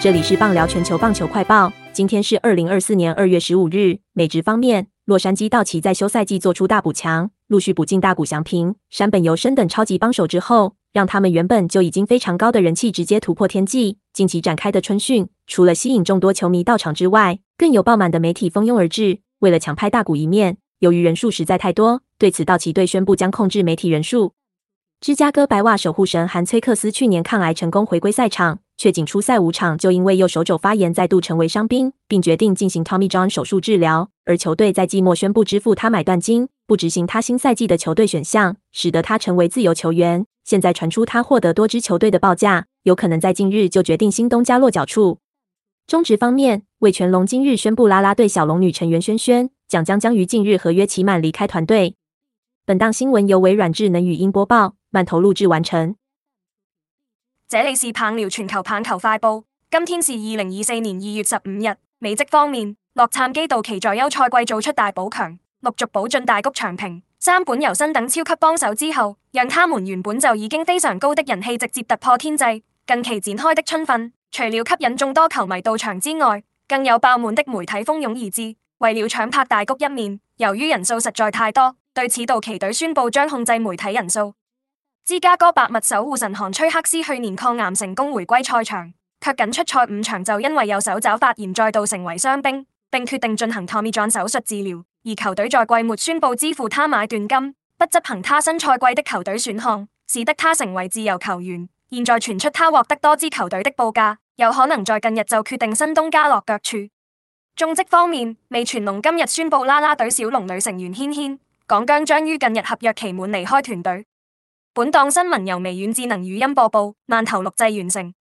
这里是棒聊全球棒球快报，今天是2024年2月15日。美职方面，洛杉矶道奇在休赛季做出大补强，陆续补进大谷翔平、山本由伸等超级帮手之后，让他们原本就已经非常高的人气直接突破天际。近期展开的春训，除了吸引众多球迷到场之外，更有爆满的媒体蜂拥而至，为了抢拍大谷一面。由于人数实在太多，对此道奇队宣布将控制媒体人数。芝加哥白袜守护神韩崔克斯去年抗癌成功回归赛场，却仅出赛5场就因为右手肘发炎再度成为伤兵，并决定进行 Tommy John 手术治疗。而球队在季末宣布支付他买断金，不执行他新赛季的球队选项，使得他成为自由球员。现在传出他获得多支球队的报价，有可能在近日就决定新东家落脚处。中职方面，味全龙今日宣布啦啦队小龙女成员萱萱将于近日合约期满离开团队。本档新聞由微軟智能語音播報，慢投錄製完成。 這裡是棒聊全球棒球快報，今天是2024年2月15日。美職方面，洛杉磯道奇在休賽季做出大補強，陸續補進大谷翔平、山本由伸等超級幫手之後，讓他們原本就已經非常高的人氣直接突破天際。近期展開的春訓，除了吸引眾多球迷到場之外，更有爆滿的媒體蜂擁而至，為了搶拍大谷一面。由於人數實在太多，對此道奇隊宣布將控制媒體人數。芝加哥白襪守護神韓崔克斯去年抗癌成功回歸賽場，卻僅出賽5場就因為右手肘發炎再度成為傷兵，並決定進行 Tommy John 手術治療。而球隊在季末宣布支付他買斷金，不執行他新賽季的球隊選項，使得他成為自由球員。現在傳出他獲得多支球隊的報價，有可能在近日就決定新東家落腳處。中職方面，味全龍今日宣布啦啦隊小龍女成員軒軒港姜將於近日合約期滿離開團隊。本檔新聞由微軟智能語音播報，慢投錄製完成。